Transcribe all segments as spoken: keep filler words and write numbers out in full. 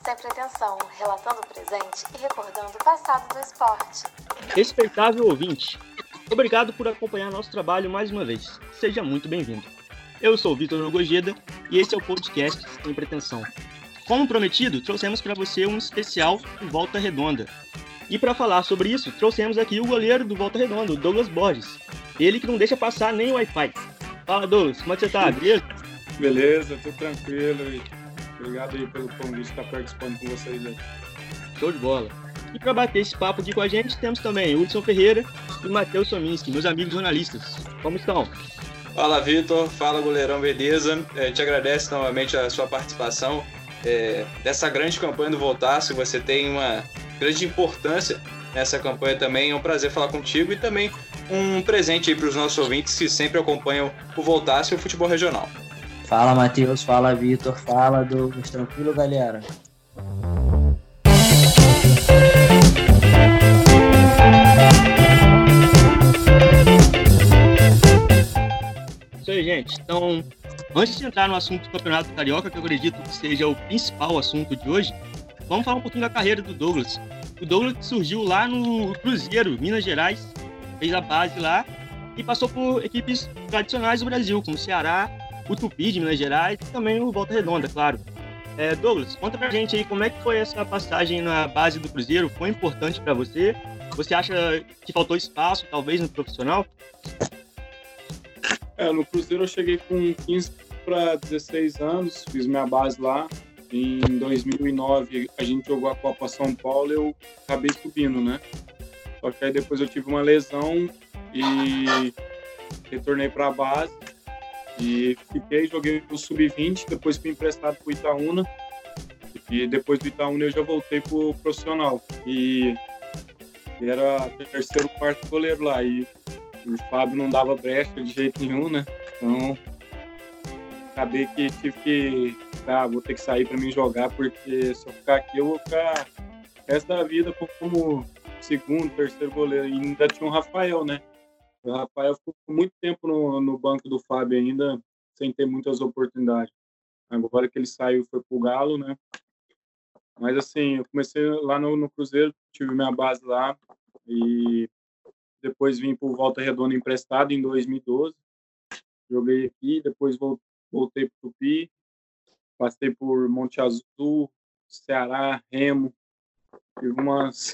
Sem pretensão, relatando o presente e recordando o passado do esporte. Respeitável ouvinte, obrigado por acompanhar nosso trabalho mais uma vez. Seja muito bem-vindo. Eu sou o Vitor Nogojeda e esse é o podcast Sem Pretensão. Como prometido, trouxemos para você um especial do Volta Redonda. E para falar sobre isso, trouxemos aqui o goleiro do Volta Redonda, o Douglas Borges. Ele que não deixa passar nem o Wi-Fi. Fala, Douglas, como é que você tá? Beleza? Beleza, tudo tranquilo. E obrigado aí pelo convite de estar participando com vocês aí. Show de bola. E para bater esse papo aqui com a gente, temos também o Hudson Ferreira e o Matheus Sominski, meus amigos jornalistas. Como estão? Fala, Vitor. Fala, goleirão, beleza? É, te agradeço novamente a sua participação. É, dessa grande campanha do Voltaço, você tem uma grande importância nessa campanha também. É um prazer falar contigo e também um presente aí para os nossos ouvintes que sempre acompanham o Voltaço e o futebol regional. Fala, Matheus. Fala, Vitor. Fala, Douglas. Tranquilo, galera? Isso aí, gente. Então, antes de entrar no assunto do Campeonato Carioca, que eu acredito que seja o principal assunto de hoje, vamos falar um pouquinho da carreira do Douglas. O Douglas surgiu lá no Cruzeiro, Minas Gerais, fez a base lá e passou por equipes tradicionais do Brasil, como o Ceará, o Tupi de Minas Gerais e também o Volta Redonda, claro. É, Douglas, conta pra gente aí como é que foi essa passagem na base do Cruzeiro, foi importante pra você? Você acha que faltou espaço, talvez, no profissional? É, no Cruzeiro eu cheguei com quinze para dezesseis anos, fiz minha base lá. Em dois mil e nove a gente jogou a Copa São Paulo e eu acabei subindo, né? Só que aí depois eu tive uma lesão e retornei para a base e fiquei, joguei o sub vinte, depois fui emprestado para o Itaúna e depois do Itaúna eu já voltei para o profissional e era terceiro, quarto goleiro lá e o Fábio não dava brecha de jeito nenhum, né? Então acabei que tive que ah, vou ter que sair para mim jogar, porque se eu ficar aqui eu vou ficar o resto da vida como segundo, terceiro goleiro. E ainda tinha o Rafael, né? O Rafael ficou muito tempo no, no banco do Fábio ainda, sem ter muitas oportunidades. Agora que ele saiu, foi pro Galo, né? Mas assim, eu comecei lá no, no Cruzeiro, tive minha base lá e depois vim pro Volta Redonda emprestado em dois mil e doze. Joguei aqui, depois voltei pro Tupi. Passei por Monte Azul, Ceará, Remo, tive umas,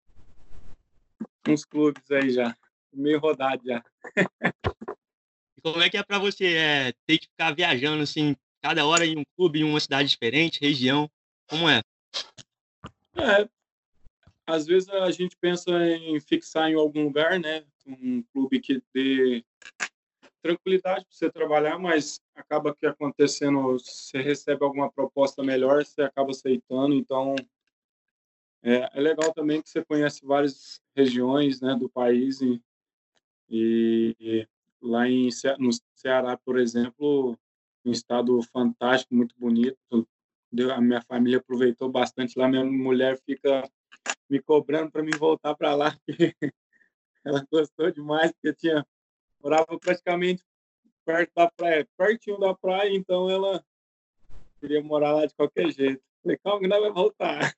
uns clubes aí já, meio rodado já. E como é que é pra você é, ter que ficar viajando assim, cada hora em um clube, em uma cidade diferente, região? Como é? É, às vezes a gente pensa em fixar em algum lugar, né? Um clube que dê tranquilidade para você trabalhar, mas acaba que acontecendo, você recebe alguma proposta melhor, você acaba aceitando, então é, é legal também que você conhece várias regiões, né, do país e, e lá em, no Ceará, por exemplo, um estado fantástico, muito bonito, a minha família aproveitou bastante lá, minha mulher fica me cobrando para me voltar para lá, porque ela gostou demais, porque eu tinha, morava praticamente perto da praia, pertinho da praia, então ela queria morar lá de qualquer jeito. Falei, calma que nós vai voltar.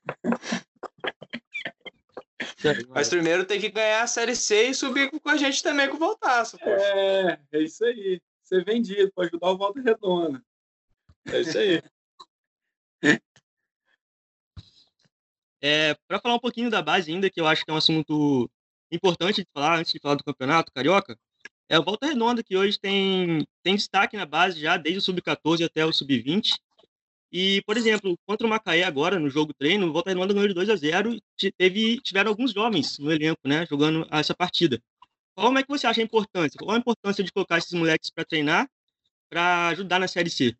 Mas primeiro tem que ganhar a Série C e subir com a gente também com o Voltaço. É, é isso aí. Ser vendido para ajudar o Volta Redonda. É isso aí. É, para falar um pouquinho da base ainda, que eu acho que é um assunto importante de falar antes de falar do Campeonato Carioca, é o Volta Redonda, que hoje tem, tem destaque na base já, desde o sub catorze até o sub vinte. E, por exemplo, contra o Macaé agora, no jogo treino, o Volta Redonda ganhou de dois a zero e teve, tiveram alguns jovens no elenco, né, jogando essa partida. Como é que você acha a importância? Qual a importância de colocar esses moleques para treinar, para ajudar na Série C?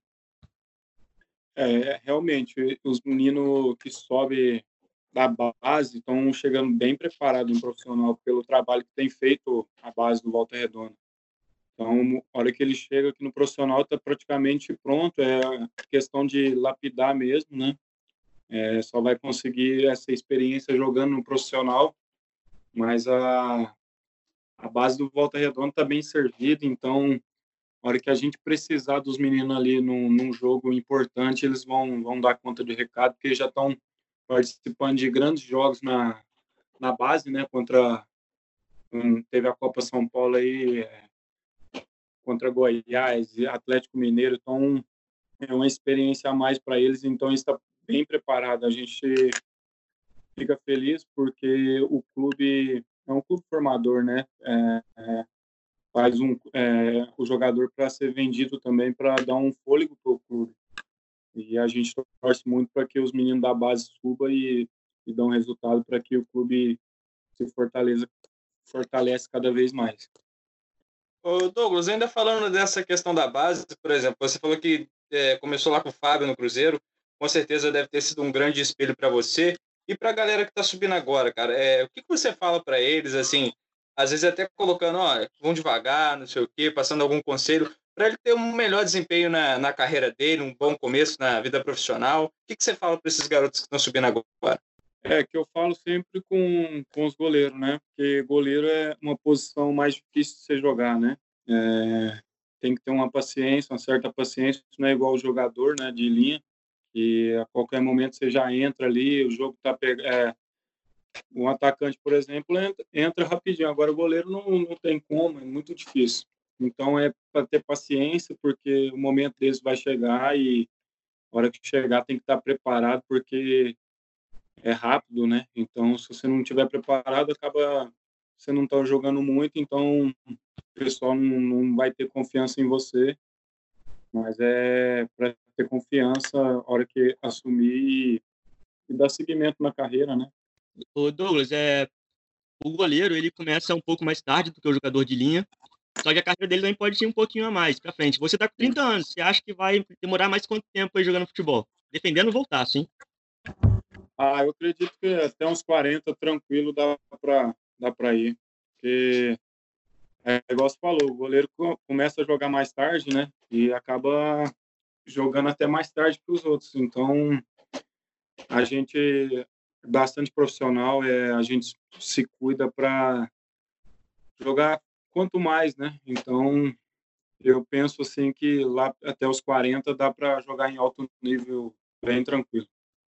É, realmente, os meninos que sobem da base estão chegando bem preparados no profissional pelo trabalho que tem feito a base do Volta Redonda. Então, a hora que ele chega aqui no profissional, está praticamente pronto. É questão de lapidar mesmo, né? É, só vai conseguir essa experiência jogando no profissional. Mas a, a base do Volta Redonda está bem servida. Então, A hora que a gente precisar dos meninos ali num, num jogo importante, eles vão, vão dar conta de recado, porque já estão participando de grandes jogos na, na base, né? Contra um, teve a Copa São Paulo aí é, contra Goiás e Atlético Mineiro, então é uma experiência a mais para eles, então está bem preparado. A gente fica feliz porque o clube é um clube formador, né? É, é, faz um é, o jogador para ser vendido também para dar um fôlego para o clube. E a gente torce muito para que os meninos da base subam e, e dão resultado para que o clube se fortaleça, fortalece cada vez mais. Ô Douglas, ainda falando dessa questão da base, por exemplo, você falou que é, começou lá com o Fábio no Cruzeiro, com certeza deve ter sido um grande espelho para você e para a galera que está subindo agora, cara. É, o que, que você fala para eles, assim, às vezes até colocando, ó, vão devagar, não sei o quê, passando algum conselho para ele ter um melhor desempenho na, na carreira dele, um bom começo na vida profissional. O que, que você fala para esses garotos que estão subindo agora? É que eu falo sempre com, com os goleiros, né? Porque goleiro é uma posição mais difícil de você jogar, né? É, tem que ter uma paciência, uma certa paciência, não é igual o jogador, né, de linha, que a qualquer momento você já entra ali, o jogo tá pegando. É, um atacante, por exemplo, entra, entra rapidinho. Agora o goleiro não, não tem como, é muito difícil. Então é para ter paciência, porque o momento deles vai chegar e a hora que chegar tem que estar preparado, porque é rápido, né? Então, se você não estiver preparado, acaba você não tá jogando muito, então o pessoal não, não vai ter confiança em você. Mas é para ter confiança a hora que assumir e, e dar seguimento na carreira, né? Ô Douglas, é, o goleiro ele começa um pouco mais tarde do que o jogador de linha, só que a carreira dele também pode ir um pouquinho a mais pra frente. Você tá com trinta anos, você acha que vai demorar mais quanto tempo aí jogando futebol? Defendendo voltar, sim. Ah, eu acredito que até uns quarenta, tranquilo, dá para dá para ir. Porque, é igual você falou, o goleiro co- começa a jogar mais tarde, né? E acaba jogando até mais tarde que os outros. Então, a gente é bastante profissional, é, a gente se cuida para jogar quanto mais, né? Então, eu penso assim que lá até os quarenta dá para jogar em alto nível bem tranquilo.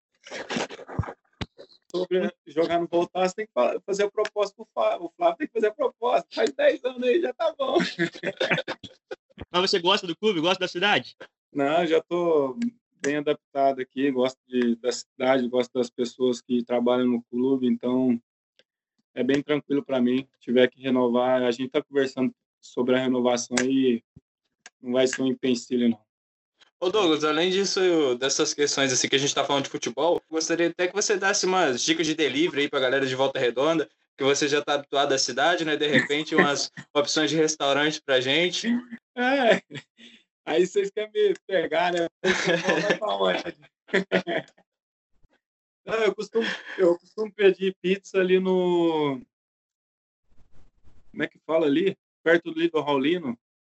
Sobre jogar no voltar, você tem que fa- fazer a proposta pro Flávio. O Flávio tem que fazer a proposta. Faz dez anos aí, já tá bom. Mas você gosta do clube, gosta da cidade? Não, já tô bem adaptado aqui, gosto de, da cidade, gosto das pessoas que trabalham no clube, então é bem tranquilo para mim. Se tiver que renovar, a gente tá conversando sobre a renovação e não vai ser um empecilho, não. Ô Douglas, além disso, dessas questões assim que a gente está falando de futebol, gostaria até que você desse umas dicas de delivery aí para a galera de Volta Redonda, que você já está habituado à cidade, né? De repente, umas opções de restaurante para gente. É, aí vocês querem me pegar, né? Vai pra onde? Não, eu costumo, eu costumo pedir pizza ali no. Como é que fala ali? Perto ali do Raulino.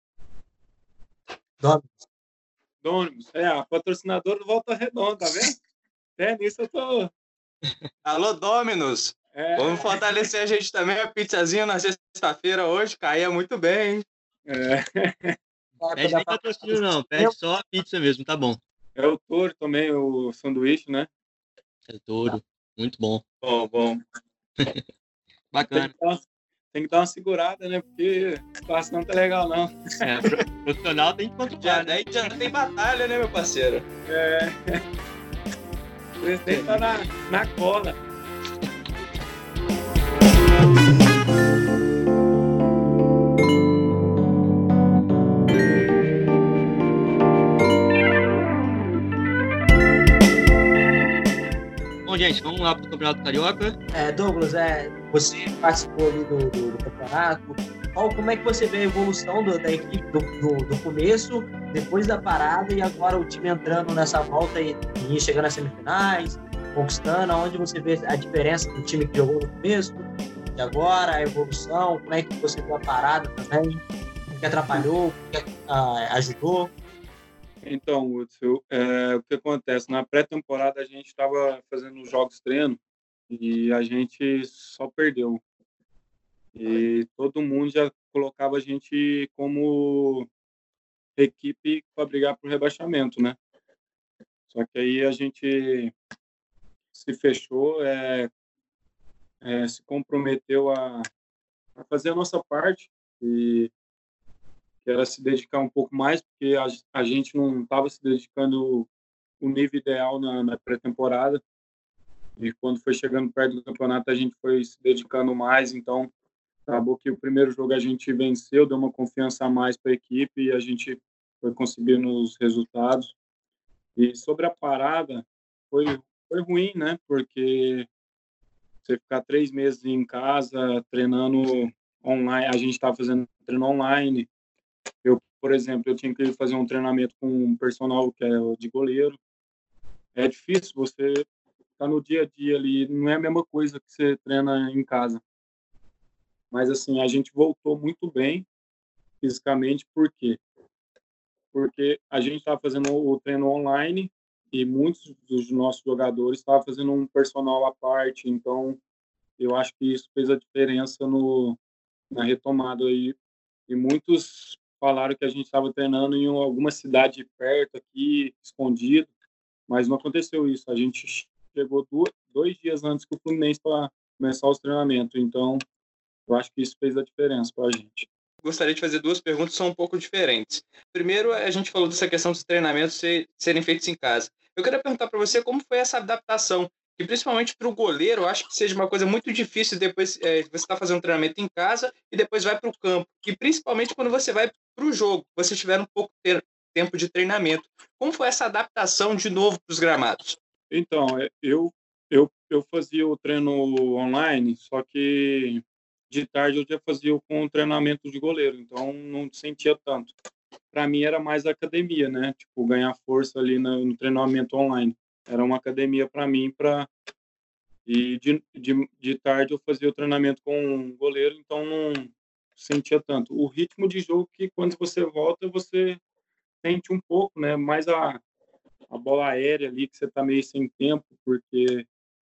Douglas, Domingos. É, a patrocinadora do Volta Redonda, tá vendo? É, nisso eu tô. Alô, Dominus! É, Vamos fortalecer a gente também. A pizzazinha na sexta-feira hoje caía muito bem, hein? é, Pede nem patrocínio não, pede só a pizza mesmo, tá bom. é o touro também, o sanduíche, né? É touro, muito bom. Bom, bom. Tem Bacana. que, dar uma, tem que dar uma segurada, né? Porque a situação não tá legal, não. É, pro- profissional tem que Já, controlar, né? daí já tem batalha, né, meu parceiro? É. O presidente tá na, na cola. Bom, gente, vamos lá pro Campeonato Carioca. É, Douglas, é, você participou ali do, do, do campeonato. Qual, como é que você vê a evolução do- da equipe do, do, do começo, depois da parada e agora o time entrando nessa volta e, e chegando às semifinais, conquistando? Onde você vê a diferença do time que jogou no começo e agora, a evolução? Como é que você vê a parada também? O que atrapalhou? O que ah, ajudou? Então, Hudson, é, o que acontece? Na pré-temporada a gente estava fazendo os jogos treino e a gente só perdeu. E todo mundo já colocava a gente como equipe para brigar por rebaixamento, né? Só que aí a gente se fechou, é, é, se comprometeu a, a fazer a nossa parte e que era se dedicar um pouco mais, porque a, a gente não estava se dedicando o nível ideal na, na pré-temporada. E quando foi chegando perto do campeonato, a gente foi se dedicando mais. Então, acabou que o primeiro jogo a gente venceu, deu uma confiança a mais para a equipe e a gente foi conseguindo os resultados. E sobre a parada, foi, foi ruim, né? Porque você ficar três meses em casa, treinando online, a gente estava fazendo treino online. Eu, por exemplo, eu tinha que fazer um treinamento com um personal que é de goleiro. É difícil você estar no dia a dia ali, não é a mesma coisa que você treina em casa. Mas, assim, a gente voltou muito bem fisicamente, por quê? Porque a gente estava fazendo o treino online e muitos dos nossos jogadores estavam fazendo um personal à parte, então eu acho que isso fez a diferença no, na retomada aí. E muitos falaram que a gente estava treinando em alguma cidade perto aqui, escondido, mas não aconteceu isso. A gente chegou duas, dois dias antes que o Fluminense para começar os treinamentos, então eu acho que isso fez a diferença para a gente. Gostaria de fazer duas perguntas que são um pouco diferentes. Primeiro, a gente falou dessa questão dos treinamentos ser, serem feitos em casa. Eu queria perguntar para você como foi essa adaptação, que principalmente para o goleiro, eu acho que seja uma coisa muito difícil depois é, você está fazendo um treinamento em casa e depois vai para o campo. E principalmente quando você vai para o jogo, você tiver um pouco de tempo de treinamento. Como foi essa adaptação de novo para os gramados? Então, eu, eu, eu fazia o treino online, só que de tarde eu já fazia com o treinamento de goleiro, então não sentia tanto. Para mim era mais academia, né? Tipo, ganhar força ali no, no treinamento online. Era uma academia para mim, para e de, de, de tarde eu fazia o treinamento com o goleiro, então não sentia tanto. O ritmo de jogo que quando você volta, você sente um pouco, né? Mais a, a bola aérea ali, que você tá meio sem tempo, porque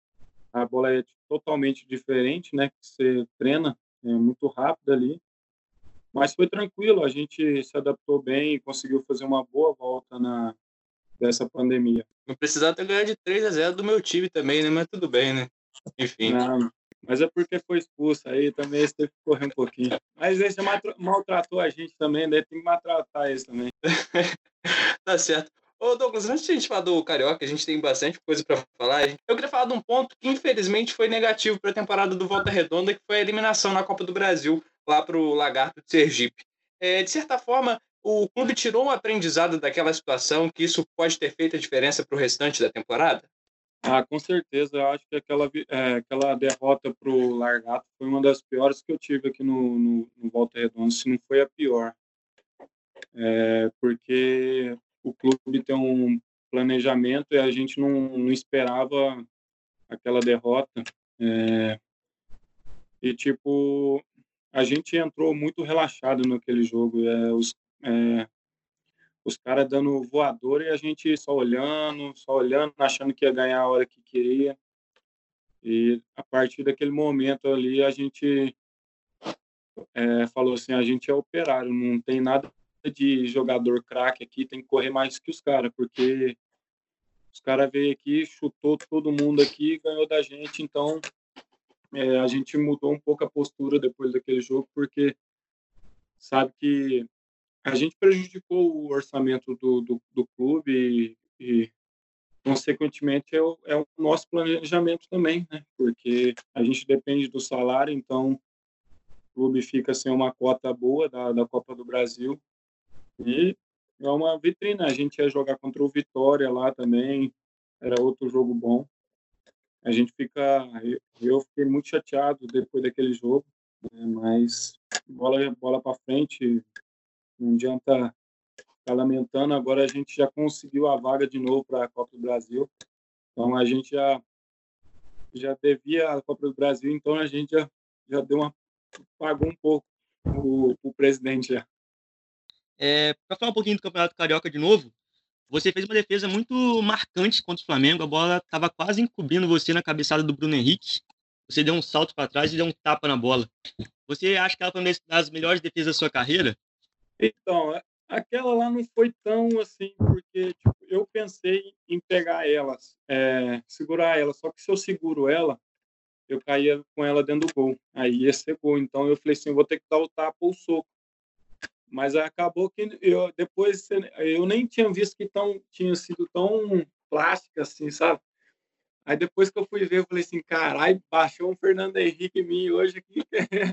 a bola é totalmente diferente, né? Que você treina, é muito rápido ali. Mas foi tranquilo, a gente se adaptou bem e conseguiu fazer uma boa volta na dessa pandemia. Não precisava ter ganhado de três a zero do meu time também, né? Mas tudo bem, né? Enfim. Não, mas é porque foi expulso, aí também esse teve que correr um pouquinho. Mas esse maltratou a gente também, né? Tem que maltratar esse também. Tá certo. Ô Douglas, antes de a gente falar do Carioca, a gente tem bastante coisa para falar. Eu queria falar de um ponto que infelizmente foi negativo para a temporada do Volta Redonda, que foi a eliminação na Copa do Brasil, lá para o Lagarto de Sergipe. É, de certa forma, o clube tirou um aprendizado daquela situação, que isso pode ter feito a diferença para o restante da temporada? Ah, com certeza. Eu acho que aquela, é, aquela derrota para o Lagarto foi uma das piores que eu tive aqui no, no, no Volta Redonda, se não foi a pior. É, porque o clube tem um planejamento e a gente não, não esperava aquela derrota. É, e, tipo, a gente entrou muito relaxado naquele jogo. É, os é, os caras dando voador e a gente só olhando, só olhando, achando que ia ganhar a hora que queria. E a partir daquele momento ali, a gente é, falou assim, a gente é operário, não tem nada de jogador craque aqui, tem que correr mais que os caras, porque os caras veio aqui, chutou todo mundo aqui, ganhou da gente, então é, a gente mudou um pouco a postura depois daquele jogo, porque sabe que a gente prejudicou o orçamento do, do, do clube e, e consequentemente, é o, é o nosso planejamento também, né? Porque a gente depende do salário, então o clube fica sem uma cota boa da, da Copa do Brasil e é uma vitrine. A gente ia jogar contra o Vitória lá também, era outro jogo bom. A gente fica... Eu fiquei muito chateado depois daquele jogo, né? Mas bola, bola para frente, não adianta ficar lamentando. Agora a gente já conseguiu a vaga de novo para a Copa do Brasil. Então a gente já já devia a Copa do Brasil, então a gente já já deu uma pagou um pouco o, o presidente já. É, para falar um pouquinho do Campeonato Carioca de novo, você fez uma defesa muito marcante contra o Flamengo, a bola estava quase encobrindo você na cabeçada do Bruno Henrique. Você deu um salto para trás e deu um tapa na bola. Você acha que ela foi uma das melhores defesas da sua carreira? Então, Aquela lá não foi tão assim, porque tipo, eu pensei em pegar elas, é, segurar ela, só que se eu seguro ela, eu caía com ela dentro do gol, aí ia ser gol. Então eu falei assim, eu vou ter que dar o tapa ou o soco. Mas acabou que eu depois eu nem tinha visto que tão, tinha sido tão plástica assim, sabe? Aí depois que eu fui ver, eu falei assim, caralho, baixou um Fernando Henrique em mim hoje aqui.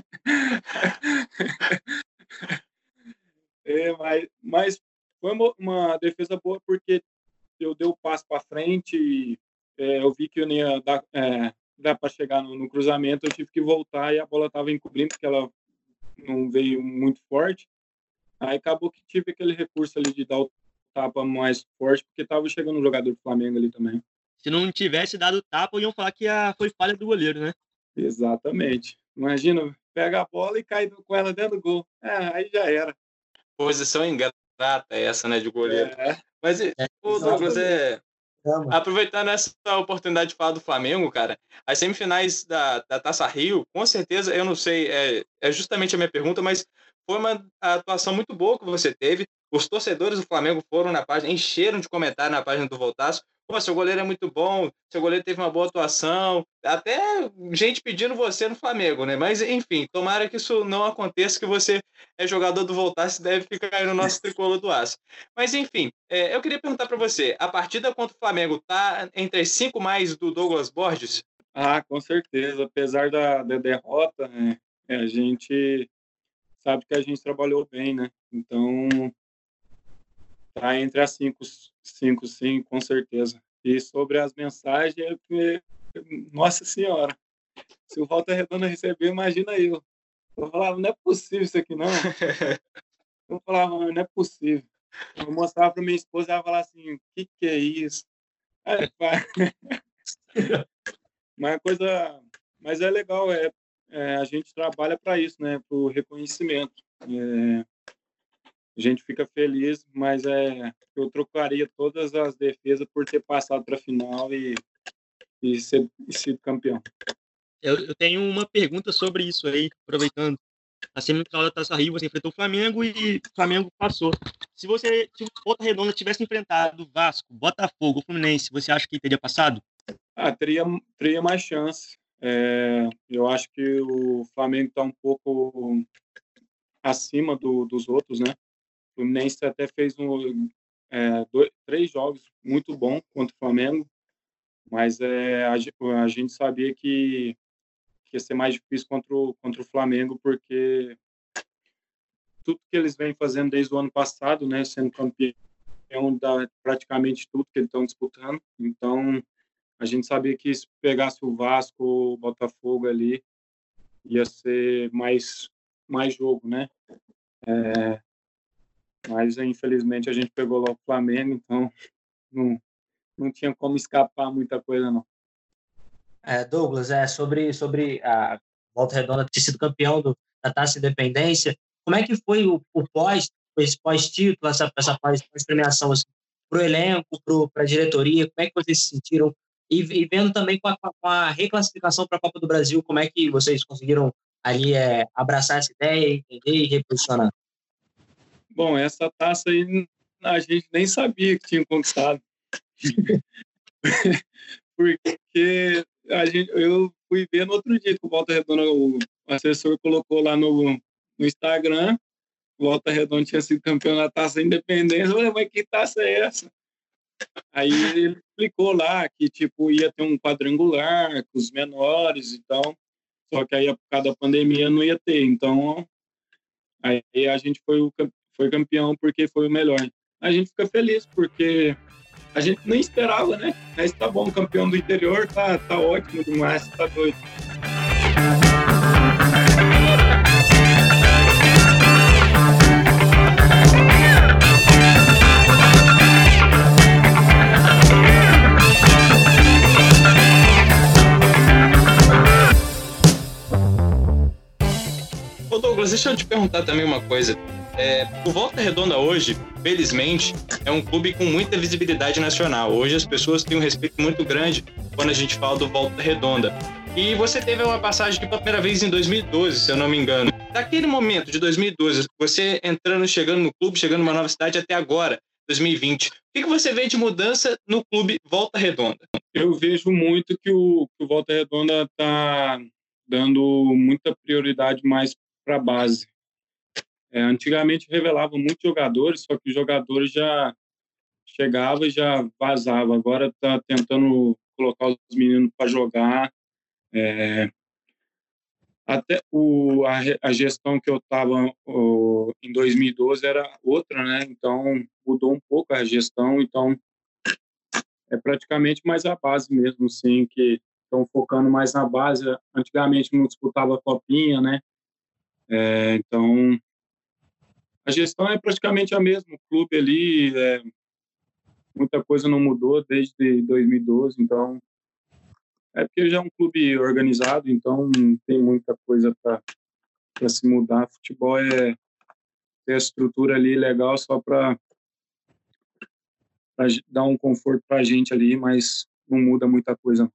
É, mas, mas foi uma, uma defesa boa porque eu dei o passo para frente e é, eu vi que eu não ia dar, é, dar para chegar no, no cruzamento, eu tive que voltar e a bola estava encobrindo porque ela não veio muito forte. Aí acabou que tive aquele recurso ali de dar o tapa mais forte porque estava chegando um jogador do Flamengo ali também. Se não tivesse dado tapa, iam falar que a, foi falha do goleiro, né? Exatamente. Imagina, pega a bola e cai com ela dentro do gol. É, aí já era. Posição ingrata essa, né, de goleiro. É. Mas, é, o Douglas, é... aproveitando essa oportunidade de falar do Flamengo, cara, as semifinais da, da Taça Rio, com certeza, eu não sei, é, é justamente a minha pergunta, mas foi uma atuação muito boa que você teve. Os torcedores do Flamengo foram na página, encheram de comentário na página do Voltaço. Pô, seu goleiro é muito bom, seu goleiro teve uma boa atuação. Até gente pedindo você no Flamengo, né? Mas, enfim, tomara que isso não aconteça, que você é jogador do Voltaço e deve ficar aí no nosso tricolor do aço. Mas, enfim, é, eu queria perguntar para você, a partida contra o Flamengo tá entre as cinco mais do Douglas Borges? Ah, com certeza. Apesar da, da derrota, né, a gente sabe que a gente trabalhou bem, né? Então, tá entre as cinco, cinco sim, com certeza. E sobre as mensagens, nossa senhora, se o Volta Redonda receber, imagina eu. Eu falava, não é possível isso aqui, não. Eu falava, não é possível. Eu mostrava para minha esposa, ela falava assim, o que que é isso? Aí, mas, coisa, mas é legal, é, é a gente trabalha para isso, né? Para o reconhecimento. É, a gente fica feliz, mas é, eu trocaria todas as defesas por ter passado para a final e, e, ser, e sido campeão. Eu, eu tenho uma pergunta sobre isso aí, aproveitando. A semifinal da Taça Rio, você enfrentou o Flamengo e o Flamengo passou. Se você, se o Volta Redonda tivesse enfrentado Vasco, Botafogo, o Fluminense, você acha que teria passado? Ah, teria, teria mais chance. É, eu acho que o Flamengo está um pouco acima do, dos outros, né? O Fluminense até fez um, é, dois, três jogos muito bons contra o Flamengo, mas é, a, a gente sabia que, que ia ser mais difícil contra o, contra o Flamengo, porque tudo que eles vêm fazendo desde o ano passado, né, sendo campeão da praticamente tudo que eles estão disputando, então a gente sabia que se pegasse o Vasco, o Botafogo ali, ia ser mais, mais jogo, né? É, mas, infelizmente, a gente pegou lá o Flamengo, então não, não tinha como escapar muita coisa, não. É, Douglas, é, sobre, sobre a Volta Redonda ter sido campeão do, da Taça Independência, como é que foi o, o pós, esse pós-título, essa, essa pós-premiação assim, para o elenco, para a diretoria, como é que vocês se sentiram? E, e vendo também com a, com a reclassificação para a Copa do Brasil, como é que vocês conseguiram ali é, abraçar essa ideia, entender e reposicionar? Bom, essa taça aí a gente nem sabia que tinha conquistado. Porque a gente, eu fui ver no outro dia que o Volta Redonda, o assessor colocou lá no, no Instagram, o Volta Redonda tinha sido campeão da Taça Independência. Eu falei, mas que taça é essa? Aí ele explicou lá que tipo, ia ter um quadrangular com os menores e tal, só que aí por causa da pandemia não ia ter. Então, aí a gente foi, o, foi campeão porque foi o melhor. A gente fica feliz porque a gente nem esperava, né? Mas tá bom, campeão do interior, tá, tá ótimo demais, tá doido. Ô Douglas, deixa eu te perguntar também uma coisa. É, o Volta Redonda hoje, felizmente, é um clube com muita visibilidade nacional. Hoje as pessoas têm um respeito muito grande quando a gente fala do Volta Redonda. E você teve uma passagem aqui pela primeira vez em dois mil e doze, se eu não me engano. daquele momento de dois mil e doze, você entrando, chegando no clube, chegando numa nova cidade até agora, dois mil e vinte, o que, que você vê de mudança no clube Volta Redonda? Eu vejo muito que o, que o Volta Redonda está dando muita prioridade mais para a base. É, antigamente revelava muitos jogadores, só que os jogadores já chegavam e já vazavam. Agora está tentando colocar os meninos para jogar. É, até o, a, a gestão que eu estava em dois mil e doze era outra, né? Então mudou um pouco a gestão. Então é praticamente mais a base mesmo, sim, que estão focando mais na base. Antigamente não disputava a copinha, né? É, então a gestão é praticamente a mesma. O clube ali, é, muita coisa não mudou desde dois mil e doze, então é porque já é um clube organizado, então não tem muita coisa para se mudar. Futebol é ter a estrutura ali legal só para dar um conforto para a gente ali, mas não muda muita coisa.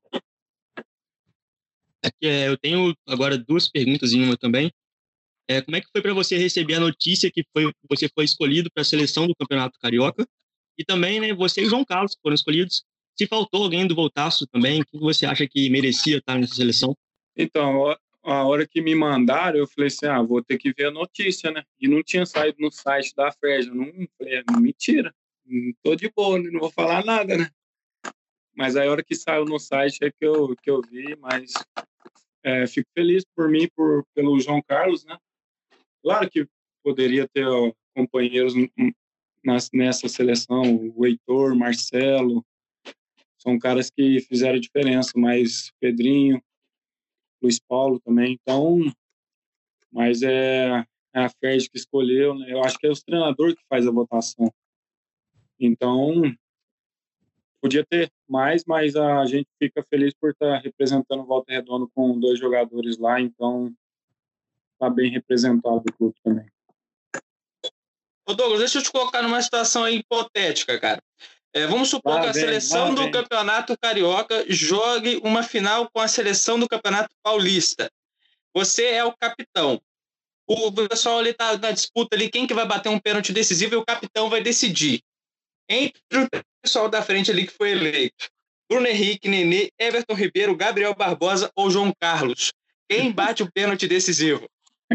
É, eu tenho agora duas perguntas em uma também. É, como é que foi para você receber a notícia que foi, você foi escolhido para a seleção do Campeonato Carioca? E também, né, você e o João Carlos foram escolhidos. Se faltou alguém do Voltaço também, quem você acha que merecia estar nessa seleção? Então, a hora que me mandaram, eu falei assim, ah, vou ter que ver a notícia, né? E não tinha saído no site da F E R J. Não, falei, mentira, não tô de boa, não vou falar nada, né? Mas aí a hora que saiu no site é que eu, que eu vi, mas é, fico feliz por mim, por, pelo João Carlos, né? Claro que poderia ter ó, companheiros nessa seleção, o Heitor, Marcelo, são caras que fizeram diferença, mas Pedrinho, Luiz Paulo também, então, mas é, é a F E R J que escolheu, né? Eu acho que é o treinador que faz a votação, então podia ter mais, mas a gente fica feliz por estar representando o Volta Redonda com dois jogadores lá, então está bem representado o clube também. Ô Douglas, deixa eu te colocar numa situação aí hipotética, cara. É, vamos supor lá que a vem, seleção do vem. Campeonato Carioca jogue uma final com a seleção do Campeonato Paulista. Você é o capitão. O pessoal ali tá na disputa ali, quem que vai bater um pênalti decisivo e o capitão vai decidir. Entre o pessoal da frente ali que foi eleito, Bruno Henrique, Nenê, Everton Ribeiro, Gabriel Barbosa ou João Carlos. Quem bate o pênalti decisivo?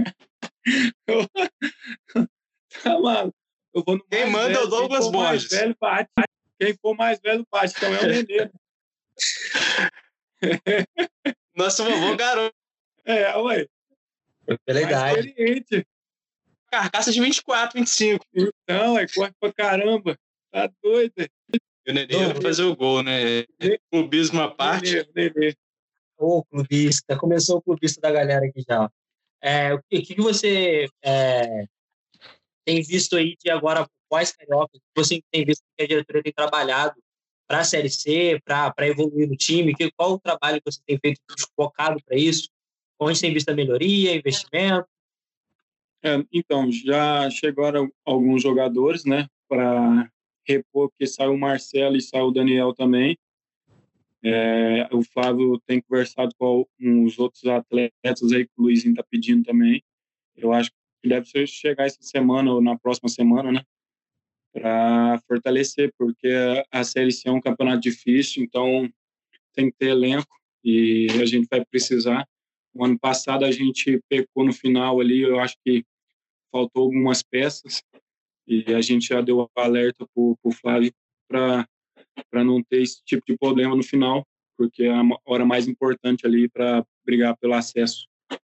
Tá, mano. Eu vou no Quem mais manda é o velho, Douglas quem for mais Borges. velho, bate. Quem for mais velho, bate. Então é o Nenê. Nosso vovô garoto. É, ué. Pela idade. Experiente. Carcaça de vinte e quatro, vinte e cinco. Então, é corre pra caramba. Tá doido. E o Nenê vai fazer o gol, né? Clubismo à parte. Nenê, Nenê. Ô, clubista. Começou o clubista da galera aqui já. É, o que, que você é, tem visto aí de agora, quais cariocas, você tem visto que a diretoria tem trabalhado para a Série C, para evoluir no time? Que, qual o trabalho que você tem feito focado para isso? Onde tem visto a melhoria, investimento? É, então, já chegaram alguns jogadores, né, para repor, porque saiu o Marcelo e saiu o Daniel também. É, o Flávio tem conversado com os outros atletas aí, que o Luizinho está pedindo também. Eu acho que deve ser chegar essa semana ou na próxima semana, né, para fortalecer, porque a Série C é um campeonato difícil, então tem que ter elenco e a gente vai precisar. O ano passado a gente pecou no final ali, eu acho que faltou algumas peças e a gente já deu alerta para o Flávio para para não ter esse tipo de problema no final, porque é a hora mais importante ali para brigar pelo acesso.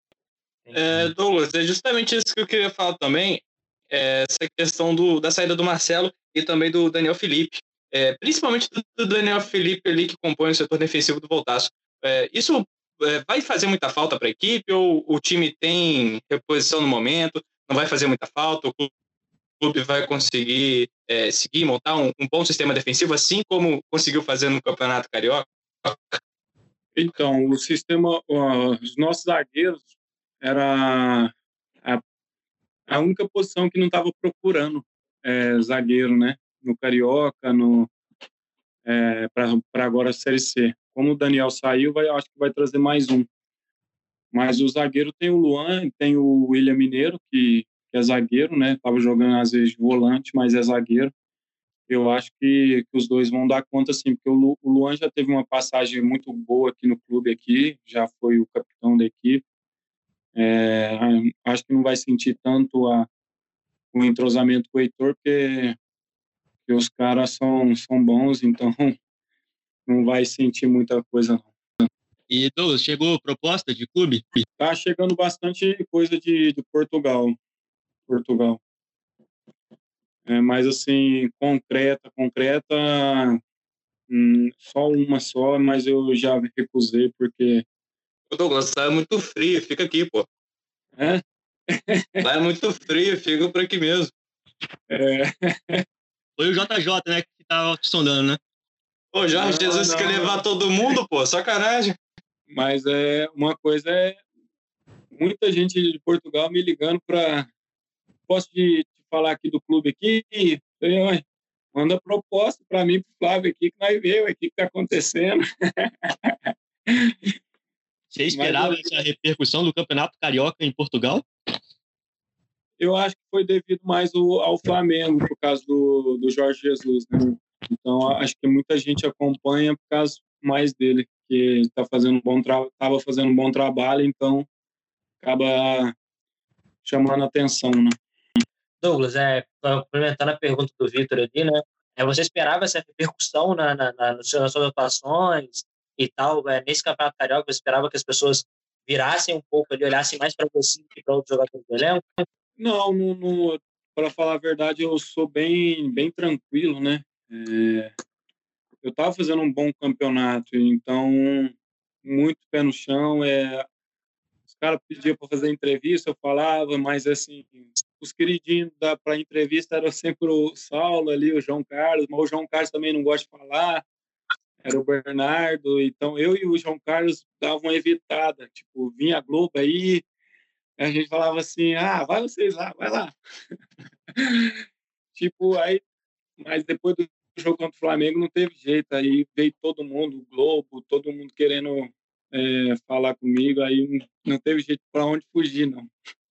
É, Douglas, é justamente isso que eu queria falar também, é essa questão do, da saída do Marcelo e também do Daniel Felipe, é, principalmente do, do Daniel Felipe ali que compõe o setor defensivo do Voltaço. É, isso é, vai fazer muita falta para a equipe ou o time tem reposição no momento, não vai fazer muita falta, o clube vai conseguir é, seguir, montar um, um bom sistema defensivo, assim como conseguiu fazer no Campeonato Carioca? Então, o sistema, uh, os nossos zagueiros era a, a única posição que não estava procurando é, zagueiro, né? No Carioca, no é, para agora a Série C. Como o Daniel saiu, vai, acho que vai trazer mais um. Mas o zagueiro tem o Luan, tem o William Mineiro, que, que é zagueiro, né? Tava jogando às vezes de volante, mas é zagueiro. Eu acho que, que os dois vão dar conta, sim, porque o, Lu, o Luan já teve uma passagem muito boa aqui no clube, aqui, já foi o capitão da equipe. É, acho que não vai sentir tanto a, o entrosamento com o Heitor, porque, porque os caras são, são bons, então não vai sentir muita coisa, não. E, Douglas, chegou proposta de clube? Tá chegando bastante coisa de, de Portugal. Portugal. É, mas, assim, concreta, concreta, hum, só uma só, mas eu já recusei, porque... Ô, Douglas, tá muito frio, fica aqui, pô. É? Lá é muito frio, fica por aqui mesmo. É. Foi o J J, né, que tava te sondando, né? Ô, Jorge Não, Jesus não. quer levar todo mundo, pô, sacanagem. Mas é, uma coisa é muita gente de Portugal me ligando para... Posso te, te falar aqui do clube aqui? Eu, "Ué, manda proposta para mim, para o Flávio aqui, que nós vemos aqui o que está acontecendo." Você esperava Mas eu- essa repercussão do Campeonato Carioca em Portugal? Eu acho que foi devido mais ao, ao Flamengo, por causa do, do Jorge Jesus, né? Então, acho que muita gente acompanha por causa mais dele, que ele tá fazendo um bom tra- tava fazendo um bom trabalho, então acaba chamando a atenção, né? Douglas, é, complementando a pergunta do Vitor ali, né? É, você esperava essa repercussão na, na, na, nas suas atuações e tal, é, nesse Campeonato Carioca, você esperava que as pessoas virassem um pouco ali, olhassem mais para você do que para outros jogadores do elenco? Não, não, não para falar a verdade, eu sou bem, bem tranquilo, né? É, eu estava fazendo um bom campeonato, então muito pé no chão. É, os caras pediam para fazer entrevista, eu falava, mas assim, os queridinhos para entrevista eram sempre o Saulo ali, o João Carlos, mas o João Carlos também não gosta de falar, era o Bernardo, então eu e o João Carlos davam uma evitada, tipo, vinha a Globo aí, a gente falava assim, ah, vai vocês lá, vai lá. Tipo, aí, mas depois do jogo contra o Flamengo não teve jeito, aí veio todo mundo, o Globo, todo mundo querendo é, falar comigo, aí não teve jeito para onde fugir, não.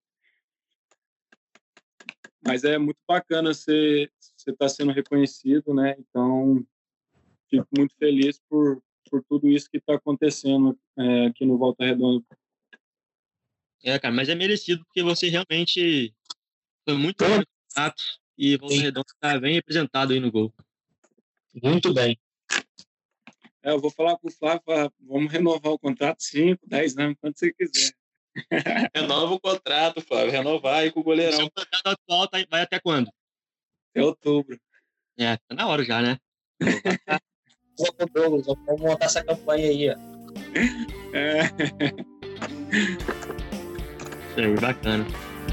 Mas é muito bacana você estar tá sendo reconhecido, né? Então, fico muito feliz por, por tudo isso que está acontecendo é, aqui no Volta Redonda. É, cara, mas é merecido porque você realmente foi muito bem no campeonato e Volta Sim. Redonda está bem representado aí no gol. Muito bem. É, eu vou falar com o Flávio, falar, vamos renovar o contrato cinco, dez anos, quando você quiser. Renova o contrato, Flávio, renovar aí com o O goleirão. seu contrato atual tá- vai até quando? Até outubro. É, tá na hora já, né? Vamos, Douglas, vamos montar essa campanha aí, ó. É. Isso aí, bacana.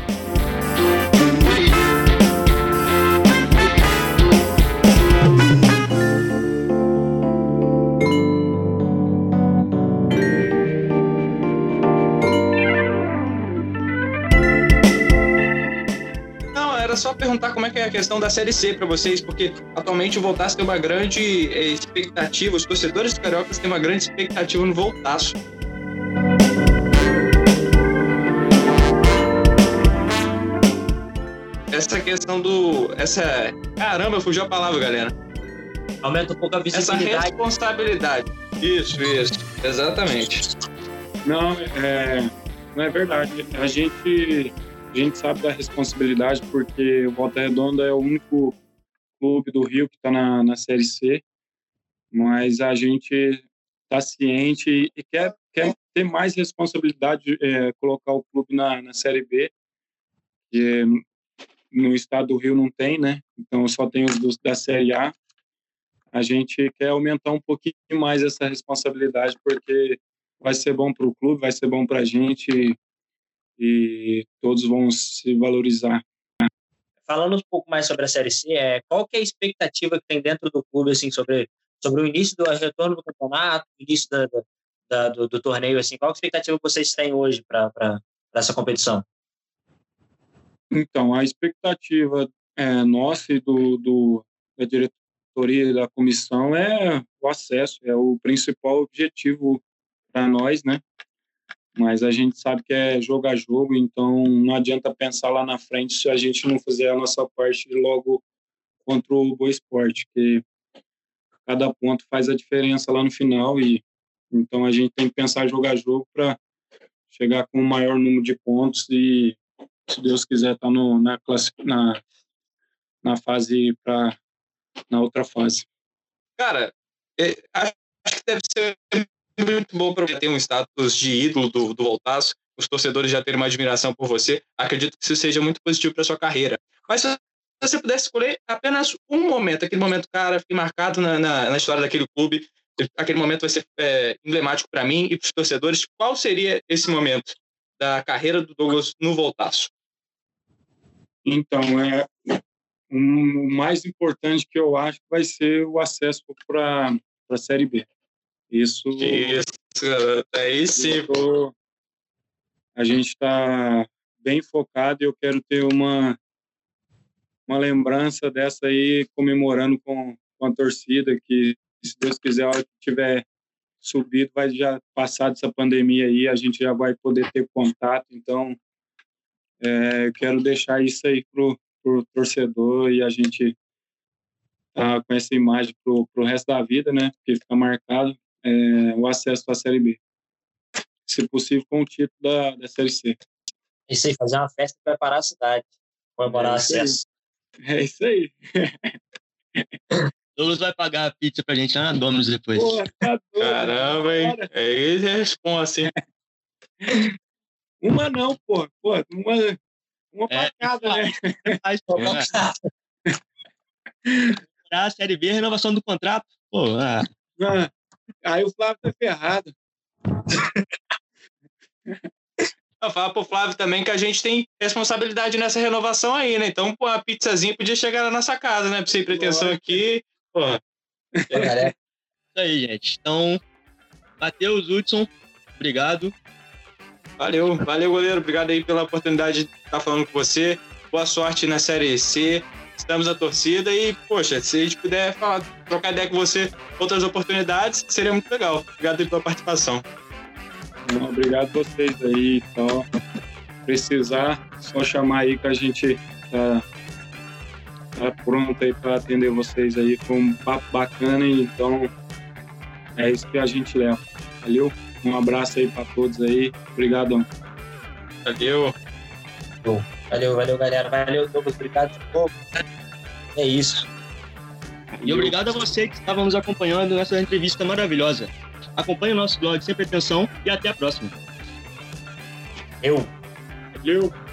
Não, era só perguntar como é que é a questão da Série C para vocês, porque atualmente o Voltaço tem uma grande é, expectativa, os torcedores do Cariocas têm uma grande expectativa no Voltaço. Essa questão do... essa Caramba, fugiu a palavra, galera. Aumenta um pouco a Essa visibilidade. responsabilidade. Isso, isso. Exatamente. Não, é, não é verdade. A gente, a gente sabe da responsabilidade porque o Volta Redonda é o único clube do Rio que está na, na Série C, mas a gente está ciente e quer, quer ter mais responsabilidade, é, colocar o clube na, na Série B, que no estado do Rio não tem, né? Então só tem os dos, da Série A. A gente quer aumentar um pouquinho mais essa responsabilidade, porque vai ser bom para o clube, vai ser bom para a gente e, e todos vão se valorizar. Falando um pouco mais sobre a Série C, é, qual que é a expectativa que tem dentro do clube, assim, sobre, sobre o início do retorno do campeonato, o início da, da, do, do torneio, assim, qual a expectativa que vocês têm hoje para essa competição? Então, a expectativa é, nossa e do, do, da diretoria e da comissão é o acesso, é o principal objetivo para nós, né? Mas a gente sabe que é jogo a jogo, então não adianta pensar lá na frente se a gente não fizer a nossa parte logo contra o Boa Esporte, que cada ponto faz a diferença lá no final, e então a gente tem que pensar jogo a jogo para chegar com o maior número de pontos e, se Deus quiser, estar tá no, na, classe, na, na fase para na outra fase. Cara, é, acho que deve ser muito bom para você ter um status de ídolo do, do Voltaço, os torcedores já terem uma admiração por você. Acredito que isso seja muito positivo para sua carreira. Mas se você pudesse escolher apenas um momento, aquele momento, cara, fique marcado na, na, na história daquele clube, aquele momento vai ser é, emblemático para mim e para os torcedores, qual seria esse momento da carreira do Douglas no Voltaço? Então, é o mais importante que eu acho que vai ser o acesso para a Série B. Isso, isso aí sim. Tô, a gente está bem focado e eu quero ter uma, uma lembrança dessa aí, comemorando com, com a torcida, que, se Deus quiser, a hora que tiver subido, vai já passar dessa pandemia aí, a gente já vai poder ter contato. Então, é, eu quero deixar isso aí pro, pro torcedor e a gente tá com essa imagem pro, pro resto da vida, né? Porque fica marcado é, o acesso à Série B. Se possível, com o título da, da Série C. Isso aí, fazer uma festa para preparar a cidade, comemorar o acesso. É isso aí. Douglas vai pagar a pizza pra gente lá na Domino's depois. Pô, tá doido, caramba, hein? É ele responde, hein? Uma não, pô. Pô, uma, uma pra É, cada, né? Faz, pô, né? A Série B, renovação do contrato. Pô, ah. Ah, aí o Flávio tá ferrado. Eu falo pro Flávio também que a gente tem responsabilidade nessa renovação aí, né? Então, pô, a pizzazinha podia chegar na nossa casa, né? Sem pretensão aqui. Pô. É. Isso aí, gente. Então, Matheus, Hudson, obrigado. Valeu, valeu, goleiro. Obrigado aí pela oportunidade de estar falando com você. Boa sorte na Série C. Estamos na torcida e, poxa, se a gente puder falar, trocar ideia com você outras oportunidades, seria muito legal. Obrigado aí pela participação. Obrigado a vocês aí. Então, precisar, só chamar aí que a gente tá, tá pronto aí para atender vocês aí. Foi um papo bacana, então é isso que a gente leva. Valeu? Um abraço aí para todos aí. Obrigadão. Valeu. Valeu, valeu, galera. Valeu, Douglas. Obrigado de novo. É isso. E obrigado a você que estava nos acompanhando nessa entrevista maravilhosa. Acompanhe o nosso blog Sem Pretensão e até a próxima. Eu. Valeu.